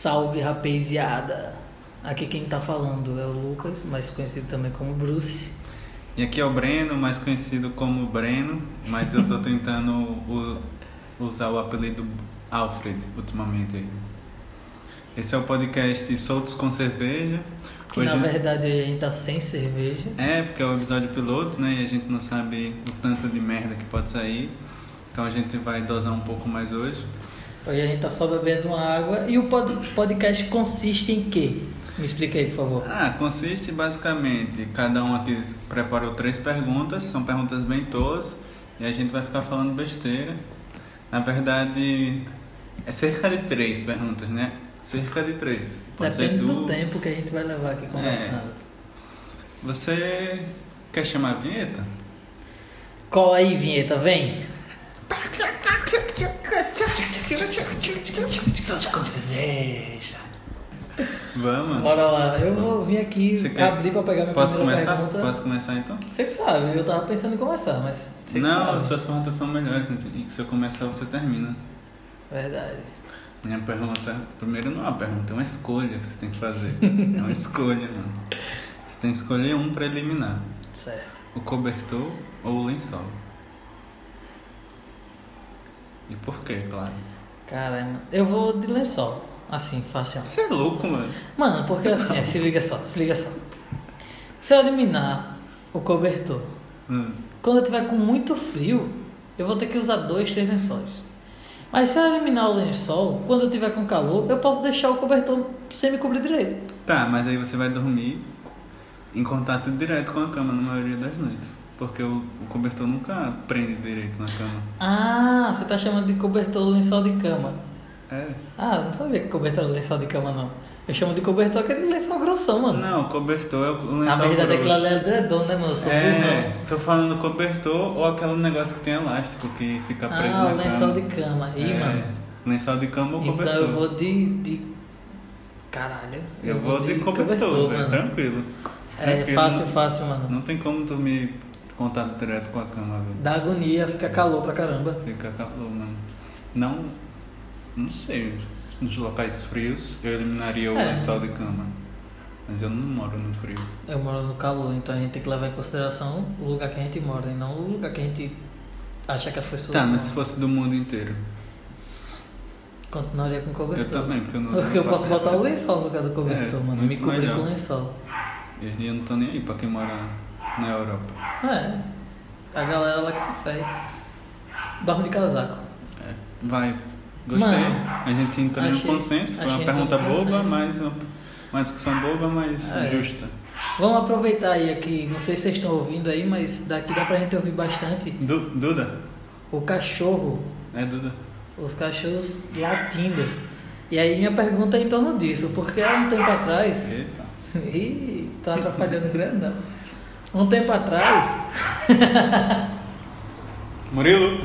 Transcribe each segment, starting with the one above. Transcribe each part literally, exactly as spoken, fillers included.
Salve, rapaziada! Aqui quem tá falando é o Lucas, mais conhecido também como Bruce. E aqui é o Breno, mais conhecido como Breno, mas eu tô tentando o, usar o apelido Alfred ultimamente aí. Esse é o podcast Soltos com Cerveja. Que Hoje... na verdade a gente tá sem cerveja. É, porque é o episódio piloto, né? E a gente não sabe o tanto de merda que pode sair. Então a gente vai dosar um pouco mais hoje. Hoje a gente tá só bebendo uma água. E o pod- podcast consiste em quê? Me explica aí, por favor. Ah, consiste basicamente, cada um aqui preparou três perguntas, são perguntas bem tolas, e a gente vai ficar falando besteira. Na verdade, é cerca de três perguntas, né? Cerca de três. Pode Depende ser do du... tempo que a gente vai levar aqui conversando. É. Você quer chamar a vinheta? Cola aí, vinheta, vem! Soltos com cerveja. Vamos. Bora lá, eu vou vir aqui Você quer... abrir pra pegar minha Posso primeira começar? pergunta. Posso começar então? Você que sabe, eu tava pensando em começar, mas você que Não, sabe. suas perguntas são melhores, e se eu começar você termina. Verdade. Minha pergunta, primeiro não é uma pergunta, é uma escolha que você tem que fazer. É uma escolha, mano. Você tem que escolher um pra eliminar. Certo. O cobertor ou o lençol. E por quê, claro? Caramba, eu vou de lençol. Assim, fácil. Você é louco, mano. Mano, porque assim, se liga só, se liga só. Se eu eliminar o cobertor, Hum. quando eu tiver com muito frio, eu vou ter que usar dois, três lençóis. Mas se eu eliminar o lençol, quando eu tiver com calor, eu posso deixar o cobertor sem me cobrir direito. Tá, mas aí você vai dormir em contato direto com a cama na maioria das noites. Porque o, o cobertor nunca prende direito na cama. Ah, você tá chamando de cobertor lençol de cama. É. Ah, eu não sabia que cobertor era lençol de cama, não. Eu chamo de cobertor aquele lençol grossão, mano. Não, o cobertor é o lençol Na verdade, grosso. aquilo ali é edredom, né, meu? Eu sou burro, É, tô falando cobertor ou aquele negócio que tem elástico que fica não. preso Ah, na o lençol cama. de cama. Ih, É, mano. lençol de cama ou Então cobertor? eu vou de... de... Caralho. Eu vou de cobertor, velho, mano. tranquilo. É Tranquilo, fácil, não- fácil, mano. Não tem como dormir contato direto com a cama, velho. Dá agonia, fica calor pra caramba. Fica calor, mano. Não, não sei, nos locais frios eu eliminaria o É. lençol de cama. Mas eu não moro no frio. Eu moro no calor, então a gente tem que levar em consideração o lugar que a gente mora, e não o lugar que a gente acha que as pessoas Tá, mas moram. se fosse do mundo inteiro? Continuaria com cobertor. Eu também, porque eu não... Porque eu posso botar o lençol no lugar do cobertor, É, mano. Me muito cobrir melhor. com o lençol. E eu não tô nem aí pra quem mora na Europa. É. A galera lá que se fere. Dorme de casaco. É, vai. Gostei. Mano, a gente entrou em um achei- consenso. Foi uma achei pergunta então um boba, consenso. mas uma, uma discussão boba, mas É. justa. Vamos aproveitar aí aqui, não sei se vocês estão ouvindo aí, mas daqui dá pra gente ouvir bastante Du, Duda? o cachorro, É, Duda. os cachorros latindo. E aí minha pergunta é em torno disso, porque há um tempo atrás... Eita. Ih, tá atrapalhando grande, não. Um tempo atrás... Murilo?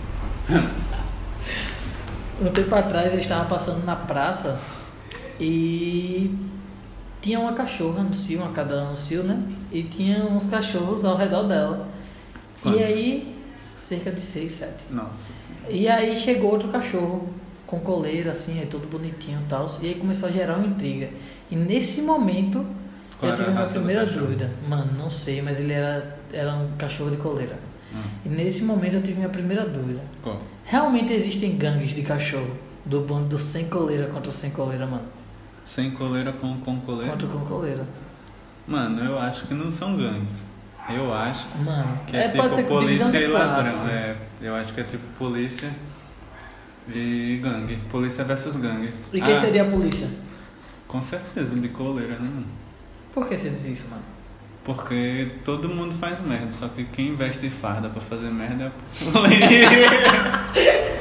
Um tempo atrás eu estava passando na praça e tinha uma cachorra no cio, uma cadela no cio, né? E tinha uns cachorros ao redor dela. Quantos? E aí, cerca de seis, sete. Nossa senhora. E aí chegou outro cachorro com coleira, assim, aí todo bonitinho e tal. E aí começou a gerar uma intriga. E nesse momento Qual eu era tive a uma raça do primeira cachorro? dúvida. Mano, não sei, mas ele era, era um cachorro de coleira. Hum. E nesse momento eu tive minha primeira dúvida. Qual? Realmente existem gangues de cachorro do bando do sem coleira contra o sem coleira, mano? Sem coleira com, com coleira? Contra o com coleira. Mano, eu acho que não são gangues. Eu acho Mano, que é, pode tipo ser que divisão polícia de e ladrão. classe. É, eu acho que é tipo polícia e gangue. Polícia versus gangue. E quem Ah, seria a polícia? Com certeza, de coleira, né, mano? Por que você diz isso, mano? Porque todo mundo faz merda, só que quem veste farda pra fazer merda é a polícia.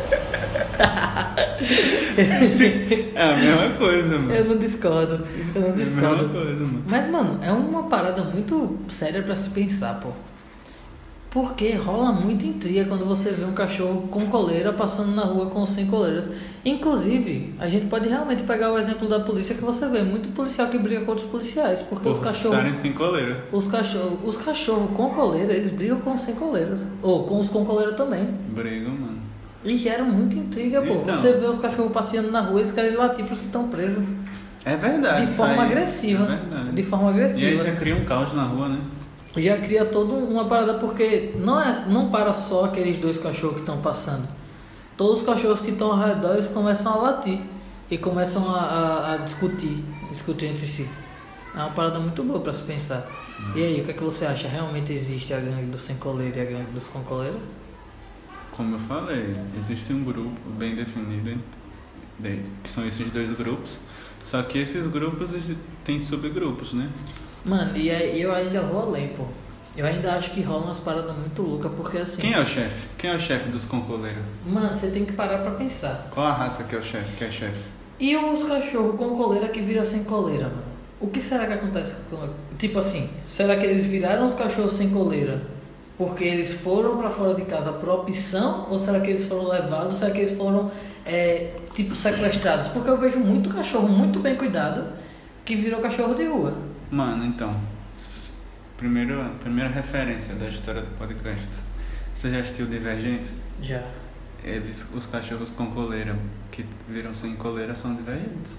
É a mesma coisa, mano. Eu não discordo, eu não É a mesma discordo. coisa, mano. Mas, mano, é uma parada muito séria pra se pensar, pô. Porque rola muita intriga quando você vê um cachorro com coleira passando na rua com sem coleiras. Inclusive, a gente pode realmente pegar o exemplo da polícia, que você vê muito policial que briga com outros policiais. Porque os Por cachorros... estarem sem coleira. Os cachorros, os cachorros com coleira, eles brigam com os sem coleiras. Ou com os com coleira também. Brigam, mano. E gera muita intriga, pô. Então. Você vê os cachorros passeando na rua, eles querem latir pros que estão presos. É verdade. De forma isso aí agressiva. É verdade. De forma E agressiva. aí já cria um caos na rua, né? Já cria toda uma parada, porque não, é, não para só aqueles dois cachorros que estão passando. Todos os cachorros que estão ao redor, eles começam a latir. E começam a, a, a discutir. Discutir entre si. É uma parada muito boa pra se pensar. Hum. E aí, o que é que você acha? Realmente existe a gangue dos sem coleira e a gangue dos com coleira? Como eu falei, existe um grupo bem definido, de- que são esses dois grupos. Só que esses grupos eles têm subgrupos, né? Mano, e aí eu ainda vou além, pô. Eu ainda acho que rola umas paradas muito loucas, porque assim... Quem é o chefe? Quem é o chefe dos concoleiros? Mano, você tem que parar pra pensar. Qual a raça que é o chefe? Que é chefe? E os cachorros com coleira que viram sem coleira, mano? O que será que acontece com... Tipo assim, será que eles viraram os cachorros sem coleira porque eles foram pra fora de casa por opção? Ou será que eles foram levados? Será que eles foram, é, tipo, sequestrados? Porque eu vejo muito cachorro muito bem cuidado que virou cachorro de rua. Mano, então, s- primeiro, primeira referência da história do podcast. Você já assistiu Divergente? Já. Eles, os cachorros com coleira que viram sem coleira são divergentes.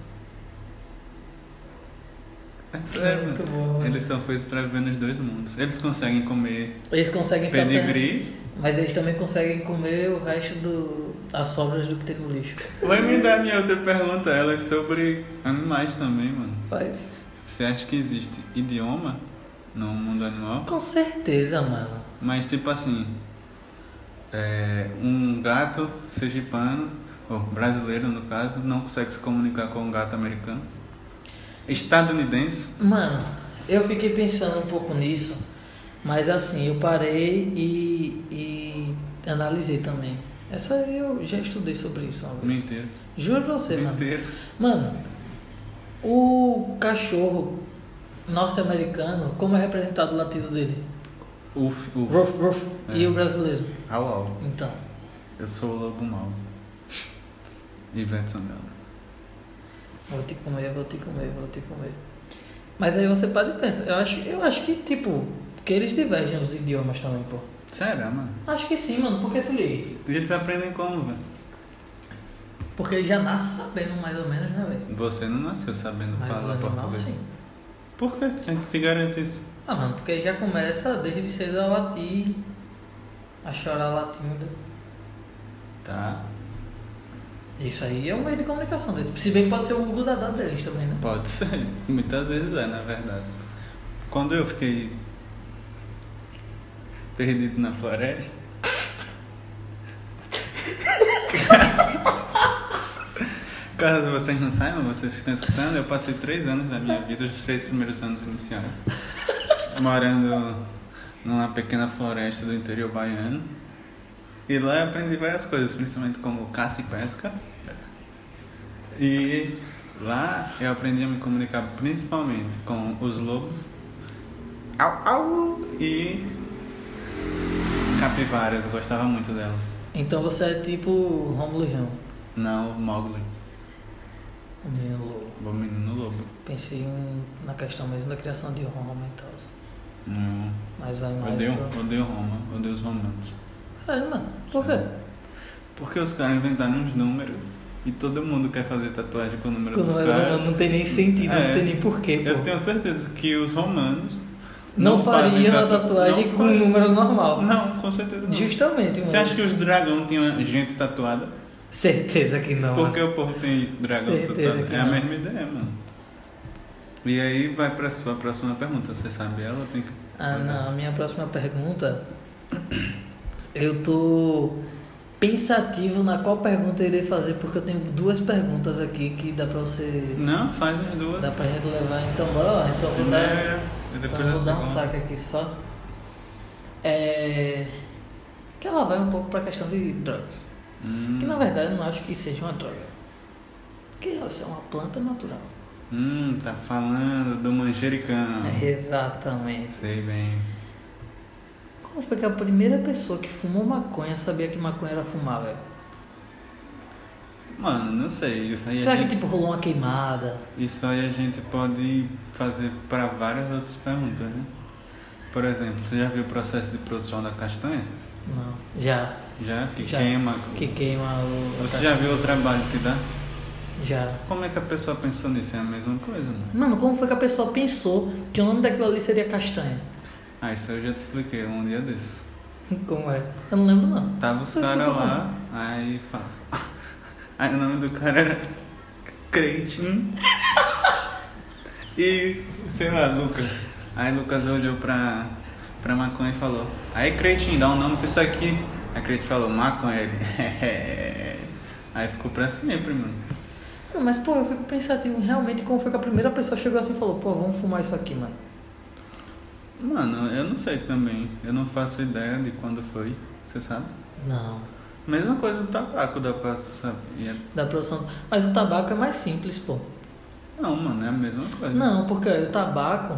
É sério, Muito mano. bom, mano. Eles são feitos pra viver nos dois mundos. Eles conseguem comer Eles conseguem se alternar, pedigree. mas eles também conseguem comer o resto do... as sobras do que tem no lixo. Vai me dar minha outra pergunta, ela é sobre animais também, mano. Faz. Você acha que existe idioma no mundo animal? Com certeza, mano. Mas tipo assim, é, um gato sergipano, ou brasileiro no caso, não consegue se comunicar com um gato americano? Estadunidense? Mano, eu fiquei pensando um pouco nisso, mas assim, eu parei e, e analisei também. Essa aí eu já estudei sobre isso uma vez. Mentira. Juro pra você, mano. Mentira. Mano, o cachorro norte-americano, como é representado o latido dele? Uf, uf. Ruff, ruff. É. E o brasileiro? Au, au. Então, Eu sou o lobo mau. Ivete Sangalo. vou te comer, vou te comer, vou te comer. Mas aí você para e pensa. Eu acho, eu acho que, tipo, porque eles divergem os idiomas também, pô. Será, mano? Acho que sim, mano. Porque se liga. E eles aprendem como, velho? Porque ele já nasce sabendo mais ou menos, né, velho? Você não nasceu sabendo Mas o falar animal, português. sim. Por quê? Quem que te garante isso? Ah, mano, porque ele já começa desde cedo a latir, a chorar latindo. Tá. Isso aí é um meio de comunicação deles. Se bem que pode ser o Google Dadá deles também, né? Pode ser. Muitas vezes é, na verdade. Quando eu fiquei perdido na floresta. Caso vocês não saibam, vocês que estão escutando, eu passei três anos da minha vida, os três primeiros anos iniciais, morando numa pequena floresta do interior baiano. E lá eu aprendi várias coisas, principalmente como caça e pesca. E lá eu aprendi a me comunicar principalmente com os lobos, au, au, e capivaras, eu gostava muito delas. Então você é tipo Rômulo e Remo, Não, Mowgli, o menino lobo. o menino lobo. Pensei em- na questão mesmo da criação de Roma e tal. Não, Mas vai mais odeio, pro... odeio Roma, odeio os romanos. Sério, mano? Por quê? Porque os caras inventaram uns números e todo mundo quer fazer tatuagem com o número Quando dos vai- caras. não tem nem sentido, É. não tem nem porquê, pô. Eu tenho certeza que os romanos Não, fazem faria a tatu- tatuagem não com um fazem. número normal. Não, com certeza não. Justamente, mano. Você acha que os dragão tinham gente tatuada? Certeza que não. Porque mano. o povo tem dragão Certeza tatuado? que É a não. mesma ideia, mano. E aí vai pra sua próxima pergunta. Você sabe ela ou tem que... Ah, não. A minha próxima pergunta... Eu tô pensativo na qual pergunta eu irei fazer, porque eu tenho duas perguntas aqui que dá pra você... Não, faz as duas. Dá pra gente levar. Então, bora lá. Então, eu vou dar... Primeira e depois Então a eu vou dar um segunda. saque aqui só. É... Que ela vai um pouco pra questão de drogas. Hum, Que na verdade eu não acho que seja uma droga. Porque isso é uma planta natural. hum, tá falando do manjericão. É, exatamente. Sei bem. Como foi que a primeira pessoa que fumou maconha sabia que maconha era fumar, velho? Mano, não sei. Isso aí, a Será que gente, tipo rolou uma queimada? isso aí a gente pode fazer para várias outras perguntas, né? Por exemplo, você já viu o processo de produção da castanha? Não. Já. Já? Que Já. queima. Que queima o... Você já viu o trabalho que dá? Já. Como é que a pessoa pensou nisso? É a mesma coisa, né? Mano, como foi que a pessoa pensou que o nome daquilo ali seria castanha? Ah, isso eu já te expliquei um dia desses. Como é? Eu não lembro não. Tava os Você caras explicou lá, aí fala. Aí o nome do cara era Creitinho. E, sei lá, Lucas. Aí Lucas olhou pra, pra maconha e falou: aí Creitinho, dá um nome pra isso aqui. Aí Creitinho falou: maconha. Ele. Aí ficou pra sempre, mano. Não, mas pô, eu fico pensativo realmente como foi que a primeira pessoa chegou assim e falou: pô, vamos fumar isso aqui, mano. Mano, eu não sei também. Eu não faço ideia de quando foi. Você sabe? Não. Mesma coisa do tabaco, dá pra saber. Da produção. Mas o tabaco é mais simples, pô. Não, mano, é a mesma coisa. Não, porque o tabaco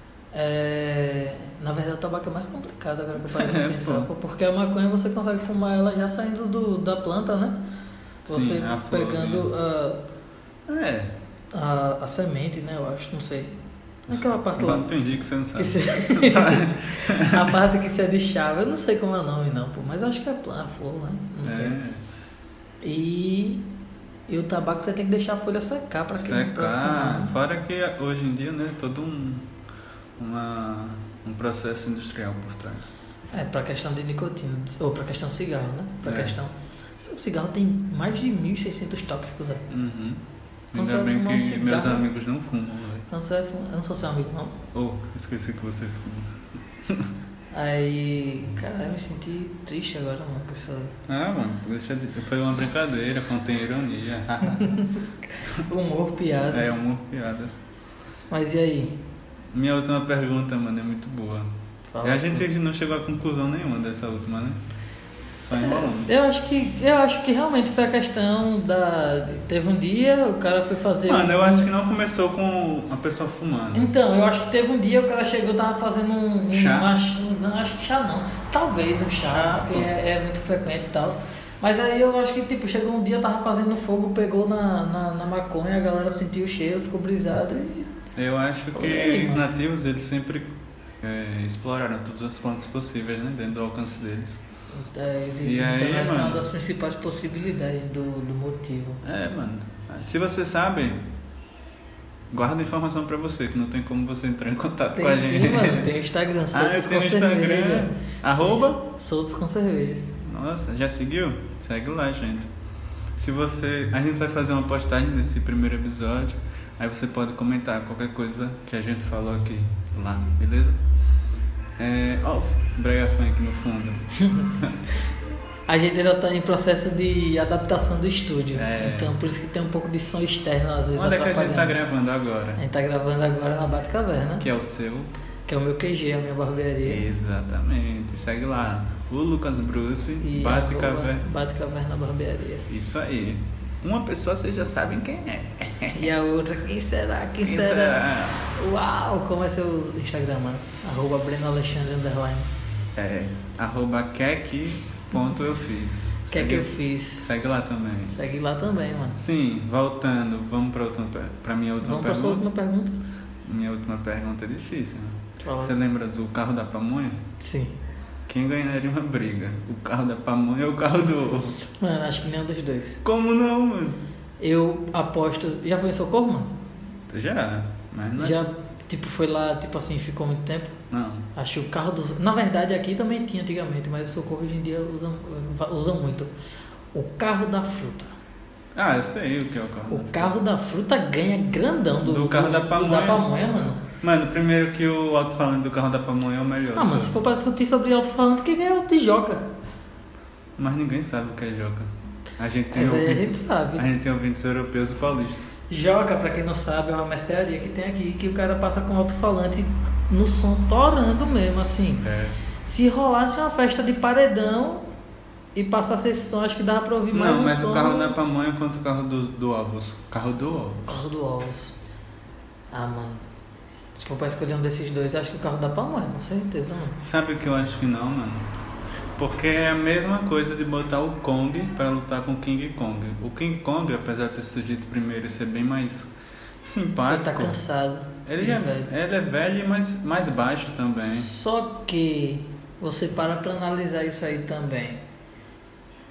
é... Na verdade o tabaco é mais complicado agora que eu parei pra É, pensar, pô. pô. Porque a maconha você consegue fumar ela já saindo do, da planta, né? Você Sim, a pegando a, É. a, a semente, né? Eu acho, não sei. Aquela parte lá. Vamos fingir que você não Que sabe. se... a parte que se é de chave, eu não sei como é o nome não, pô. Mas eu acho que é planta, flor, né? Não sei. É. E... e o tabaco você tem que deixar a folha secar pra que pra Secar. fumar, né? Fora que hoje em dia, né, todo um, uma, um processo industrial por trás. É, pra questão de nicotina, ou pra questão de cigarro, né? Pra É. questão... Sabe que o cigarro tem mais de mil e seiscentos tóxicos, velho. Uhum. Quando você Ainda vai bem fumar um que meus cigarro- amigos não fumam, velho. Quando você vai fumar... Eu não sou seu amigo, não. Oh, esqueci que você fuma. Aí... Cara, eu me senti triste agora, mano, com isso. Ah, mano, deixa de... foi uma brincadeira, contém ironia. Humor, piadas. É, humor, piadas. Mas e aí? Minha última pergunta, mano, é muito boa. Fala E a tu. gente não chegou a conclusão nenhuma dessa última, né? Só enrolando. Eu acho que eu acho que realmente foi a questão da teve um dia o cara foi fazer Mano, um- eu acho que não começou com a pessoa fumando. Então, eu acho que teve um dia o cara chegou e tava fazendo um, um Chá? uma- não, acho que chá não. Talvez um chá, Chá, porque pô. é, é muito frequente e tal. Mas aí eu acho que tipo, chegou um dia, tava fazendo fogo, pegou na, na, na maconha, a galera sentiu o cheiro, ficou brisado e Eu acho que E aí, mano? nativos eles sempre é, exploraram todas as plantas possíveis, né? Dentro do alcance deles. é, E aí, então essa é uma mano? das principais possibilidades do, do motivo. É, mano. Se você sabe, guarda a informação pra você, que não tem como você entrar em contato Tem com a sim, gente. mano, tem o Instagram, Ah, Soltos eu tenho com o Instagram. Cerveja. Arroba? Soltos com cerveja. Nossa, já seguiu? Segue lá, gente. Se você. A gente vai fazer uma postagem desse primeiro episódio. Aí você pode comentar qualquer coisa que a gente falou aqui lá, beleza? É. Ó, o brega funk no fundo. A gente ainda está em processo de adaptação do estúdio. É. Então por isso que tem um pouco de som externo às vezes Onde é que a gente tá atrapalhando. gravando agora? A gente tá gravando agora na Batcaverna, Que é o seu. que é o meu Q G, a minha barbearia. Exatamente. Segue lá. O Lucas Bruce, E Bate arroba Caverna. Batcaverna Barbearia. Isso aí. Uma pessoa vocês já sabem quem é. E a outra, quem será? Quem, Quem será? será? Uau! Como é seu Instagram, mano? Arroba Breno Alexandre Underline. É. Arroba kek.eufiz. O que é que eu fiz? Segue lá também. Segue lá também, mano. Sim, voltando, vamos para outra, para minha última Vamos pra sua pergunta. última pergunta? Minha última pergunta é difícil. Né? Fala. Você lembra do carro da pamonha? Sim. Quem ganharia uma briga? O carro da pamonha ou o carro do ovo? Mano, acho que nenhum dos dois. Como não, mano? Eu aposto. Já foi em Socorro, mano? Já, mas não é- Já, tipo, foi lá, tipo assim, ficou muito tempo. Não. Acho que o carro dos. Na verdade, aqui também tinha antigamente, mas o Socorro hoje em dia usam, usam muito. O carro da fruta. Ah, eu sei o que é o carro. O carro da fruta ganha grandão do, Do carro da pamonha. da pamonha, mano. Mano, primeiro que o alto-falante do carro da pamonha é o melhor. Ah, de mano, se todos. for pra discutir sobre alto-falante, quem ganha é o de Joca. Mas ninguém sabe o que é Joca. A gente tem Mas aí a gente ouvintes, sabe. a gente tem ouvintes europeus e paulistas. Joca, pra quem não sabe, é uma mercearia que tem aqui, que o cara passa com alto-falante no som torando mesmo, assim. É. Se rolasse uma festa de paredão e passasse esse som, acho que dava pra ouvir mais Não, um mas som. o carro da pamonha quanto o carro do, do ovos. Carro do ovos. Carro do Ovos. Ah, mano. Se for pra escolher um desses dois, eu acho que o carro da pamonha, com certeza, mano. Sabe o que eu acho que não, mano? Porque é a mesma coisa de botar o Kong pra lutar com o King Kong. O King Kong, apesar de ter surgido primeiro e ser bem mais Ele simpático, tá cansado. ele, e é, velho. ele é velho e mais, mais baixo também. Só que você para pra analisar isso aí também.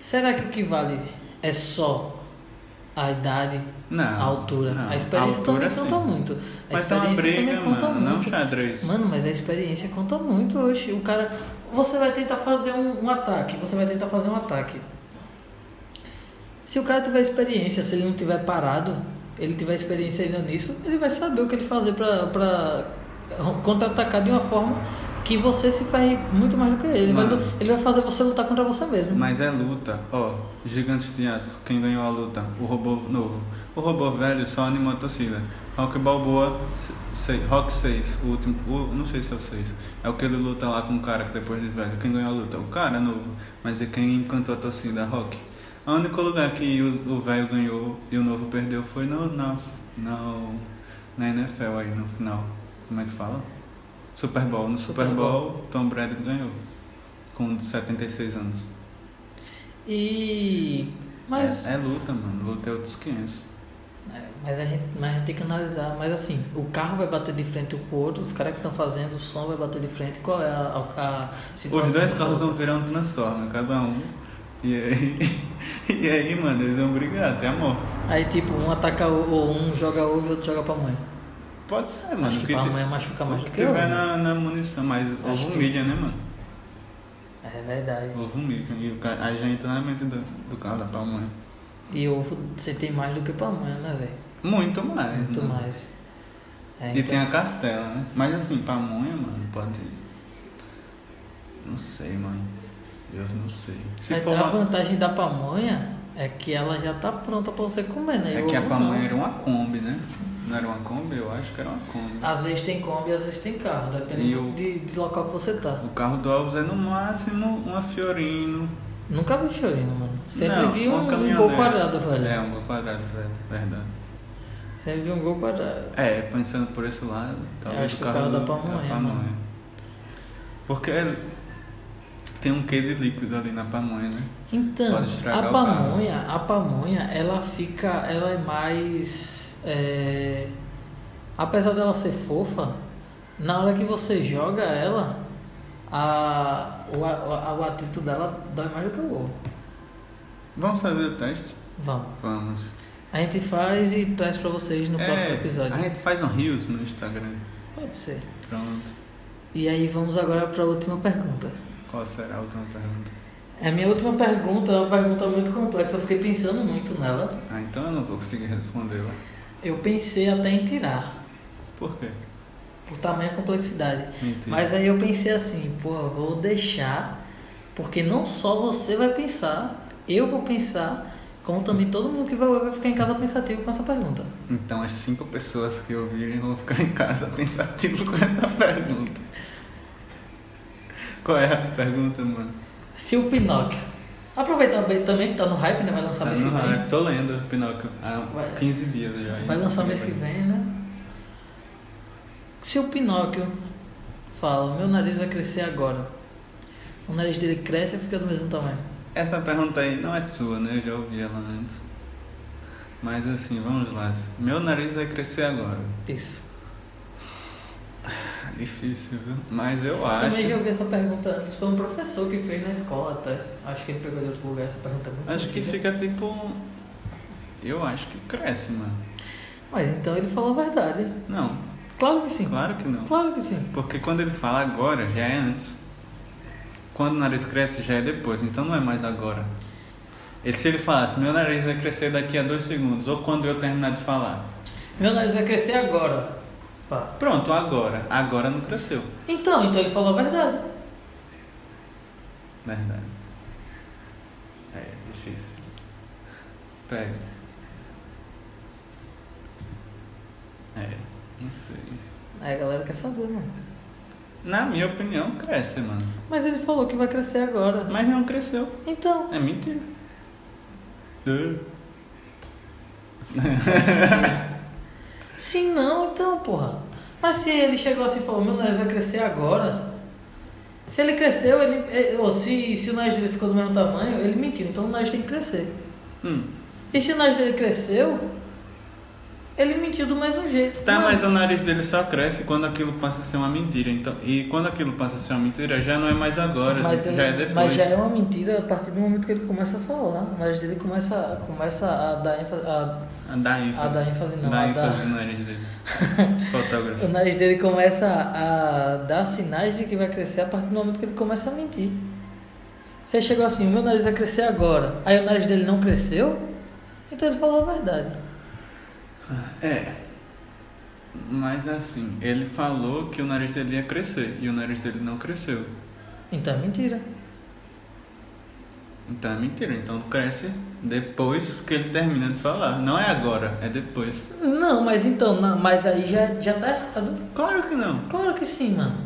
Será que o que vale é só a idade, Não, a altura? não. A experiência A altura, também conta sim. muito. A Mas é uma experiência briga, também conta mano, muito. não xadrez. Mano, mas a experiência conta muito hoje. O cara. Você vai tentar fazer um, um ataque. Você vai tentar fazer um ataque. Se o cara tiver experiência, se ele não tiver parado, ele tiver experiência ainda nisso, ele vai saber o que ele fazer pra, pra contra-atacar de uma forma que você se ferre muito mais do que ele. Vai, ele vai fazer você lutar contra você mesmo. Mas é luta. Ó, Gigantes de Aço, quem ganhou a luta? O robô novo. O robô velho só animou a torcida. Rock Balboa, se, Rock seis, o último, o, não sei se é o seis. É o que ele luta lá com o cara que depois de velho. Quem ganhou a luta? O cara novo. Mas é quem encantou a torcida, Rock. O único lugar que o velho ganhou e o novo perdeu foi no, na, no, na N F L aí, no final. Como é que fala? Super Bowl. No Super, Super Bowl, Bowl, Tom Brady ganhou. Com setenta e seis anos. E... Mas... É, é luta, mano. Luta é outros quinhentos. É, mas, a gente, mas a gente tem que analisar. Mas assim, o carro vai bater de frente um com o outro, os caras que estão fazendo o som vai bater de frente. Qual é a, a, a situação? Os dois carros vão virar um Transformer, cada um. E aí, e aí, mano, eles vão brigar até a morte. Aí, tipo, um ataca o, ou um joga ovo e o outro joga pra mãe. Pode ser, mano. Acho que, que pra te, mãe machuca mais do que eu. o tiver na, na munição, mas ovo humilha, né, mano? É verdade. Ovo humilha. E aí já entra na mente do, do carro da pamonha. E ovo você tem mais do que pamonha, né, velho? Muito mais. Muito né? mais. É, e então... tem a cartela, né? Mas assim, pamonha, mano, pode. Não sei, mano. Eu não sei. Se a, for a uma... vantagem da pamonha é que ela já tá pronta pra você comer, né? É eu que a pamonha não. era uma Kombi, né? Não era uma Kombi? Eu acho que era uma Kombi. Às vezes tem Kombi, às vezes tem carro, dependendo o... de, de local que você tá. O carro do Alves é no máximo uma Fiorino. Nunca vi Fiorino, mano. Sempre não, vi um, um gol gol quadrado, velho. É, um gol quadrado, velho. Verdade. Sempre vi um gol quadrado. É, pensando por esse lado, talvez eu acho o que carro, o carro do, da pamonha, da pamonha. mano. Porque tem um quê de líquido ali na pamonha, né? Então, a o pamonha, a pamonha, ela fica, ela é mais, é, apesar dela ser fofa, na hora que você joga ela, a, o, a, o atrito dela dói mais do que o ovo. Vamos fazer o teste? Vamos. Vamos. A gente faz e traz pra vocês no é, próximo episódio. A gente faz um Reels no Instagram. Pode ser. Pronto. E aí vamos agora para a última pergunta. Qual será a última pergunta? A minha última pergunta é uma pergunta muito complexa, eu fiquei pensando muito nela. Ah, então eu não vou conseguir respondê-la. Eu pensei até em tirar. Por quê? Por tamanha complexidade. Mentira. Mas aí eu pensei assim, pô, eu vou deixar, porque não só você vai pensar, eu vou pensar, como também todo mundo que vai ouvir vai ficar em casa pensativo com essa pergunta. Então as cinco pessoas que ouvirem vão ficar em casa pensativo com essa pergunta. Qual é a pergunta, mano? Se o Pinóquio... Aproveitar também que tá no hype, né? Vai lançar tá mês que vem. Hype. Tô lendo Pinóquio há vai, quinze dias já. Vai lançar mês que vem, né? Se o Pinóquio fala, o meu nariz vai crescer agora, o nariz dele cresce ou fica do mesmo tamanho? Essa pergunta aí não é sua, né? Eu já ouvi ela antes. Mas assim, vamos lá. Meu nariz vai crescer agora. Isso. Difícil, viu? Mas eu, eu acho... acho... Também já ouvi essa pergunta antes. Foi um professor que fez na escola até. Acho que ele pegou de outro lugar essa pergunta. É muito acho antiga. que fica tipo... Eu acho que cresce, mano. Mas então ele falou a verdade. Não. Claro que sim. Claro que não. Claro que sim. Porque quando ele fala agora, já é antes. Quando o nariz cresce, já é depois. Então não é mais agora. Ele, se ele falasse, meu nariz vai crescer daqui a dois segundos, ou quando eu terminar de falar. Meu nariz vai crescer agora. Pá. Pronto, agora. Agora não cresceu. Então, então ele falou a verdade. Verdade. É, difícil. Pega. É, não sei. Aí a galera quer saber, mano. Na minha opinião, cresce, mano. Mas ele falou que vai crescer agora. Mas não cresceu. Então. É mentira. Sim, não, então, porra. Mas se ele chegou assim e falou, meu nariz vai crescer agora. Se ele cresceu, ele. Ou se, se o nariz dele ficou do mesmo tamanho, ele mentiu. Então o nariz tem que crescer. Hum. E se o nariz dele cresceu, Ele mentiu do mesmo jeito. Tá, mas o nariz dele só cresce quando aquilo passa a ser uma mentira. Então, e quando aquilo passa a ser uma mentira, já não é mais agora, mas já ele, é depois. Mas já é uma mentira a partir do momento que ele começa a falar. O nariz dele começa, começa a dar ênfase. A, a dar ênfase. A dar ênfase não. Dá a ênfase dar... no nariz dele. Fotógrafo. O nariz dele começa a dar sinais de que vai crescer a partir do momento que ele começa a mentir. Você chegou assim, o meu nariz vai crescer agora. Aí o nariz dele não cresceu, então ele falou a verdade. É. Mas assim, ele falou que o nariz dele ia crescer e o nariz dele não cresceu. Então é mentira. Então é mentira. Então cresce depois que ele termina de falar. Não é agora, é depois. Não, mas então, não, mas aí já, já tá errado. Claro que não. Claro que sim, mano.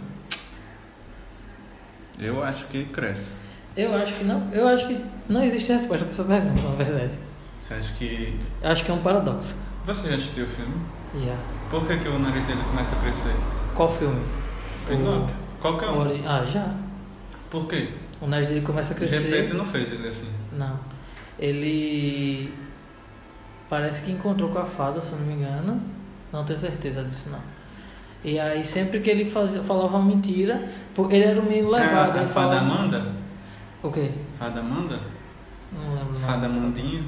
Eu acho que cresce. Eu acho que não. Eu acho que não existe resposta pra essa pergunta, na verdade. Você acha que... Eu acho que é um paradoxo. Você já assistiu o filme? Já. Por que, que o nariz dele começa a crescer? Qual filme? Pinóquio. Qualquer um. Ori... Ah, já. Por quê? O nariz dele começa a crescer. Repete não fez ele assim. Não. Ele parece que encontrou com a fada, se eu não me engano. Não tenho certeza disso não. E aí sempre que ele fazia, falava uma mentira, porque ele era um menino levado. É, a ele fada falava... Amanda? O quê? Fada Amanda? Não lembro. Fada Mandinha?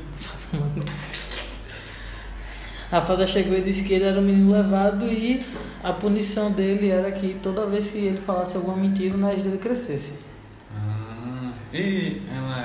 A fada chegou e disse que ele era um menino levado e a punição dele era que toda vez que ele falasse alguma mentira, o nariz dele crescesse. Ah, e ela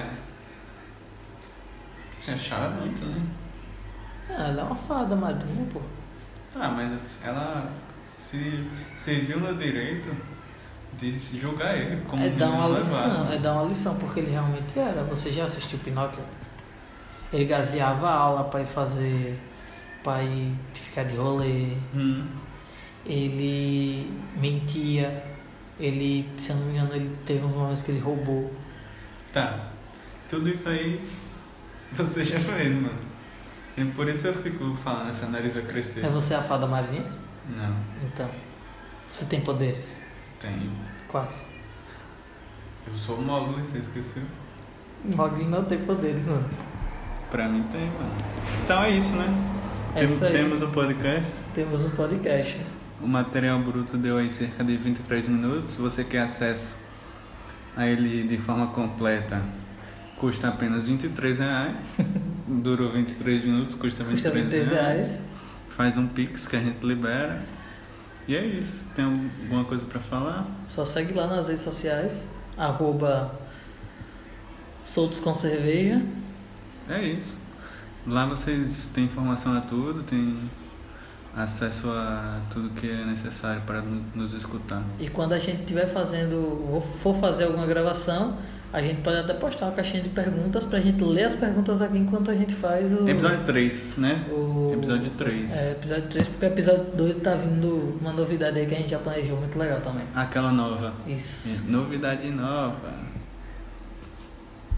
se achava muito, né? Ah, ela é uma fada madrinha, pô. Ah, mas ela se serviu no direito de julgar ele como É um dar uma menino lição, levado. é dar uma lição, porque ele realmente era. Você já assistiu Pinóquio? Ele gazeava a aula pra ir fazer, pra ir ficar de rolê. Hum. Ele mentia. Ele, se eu não me engano, ele teve uns momentos que ele roubou. Tá. Tudo isso aí você já fez, mano. E por isso eu fico falando essa nariz vai crescer. É você a fada marinha? Não, Então, você tem poderes? tenho. Quais? Eu sou o Mowgli, você esqueceu? Mogli não tem poderes, mano. Pra mim tem, mano. Então é isso, né? É Tem- isso aí. Temos um podcast. Temos um podcast. O material bruto deu aí cerca de vinte e três minutos. Se você quer acesso a ele de forma completa, custa apenas vinte e três reais. Durou vinte e três minutos, custa vinte e Custa três vinte e três reais. reais. Faz um pix que a gente libera. E é isso. Tem alguma coisa pra falar? Só segue lá nas redes sociais. Arroba Soltos com Cerveja. É isso. Lá vocês têm informação a tudo, têm acesso a tudo que é necessário para no- nos escutar. E quando a gente estiver fazendo, for fazer alguma gravação, a gente pode até postar uma caixinha de perguntas pra gente ler as perguntas aqui enquanto a gente faz o... Episódio três, né? o Episódio três. É, episódio três, porque o episódio dois tá vindo uma novidade aí que a gente já planejou, muito legal também. Aquela nova. Isso. Novidade nova.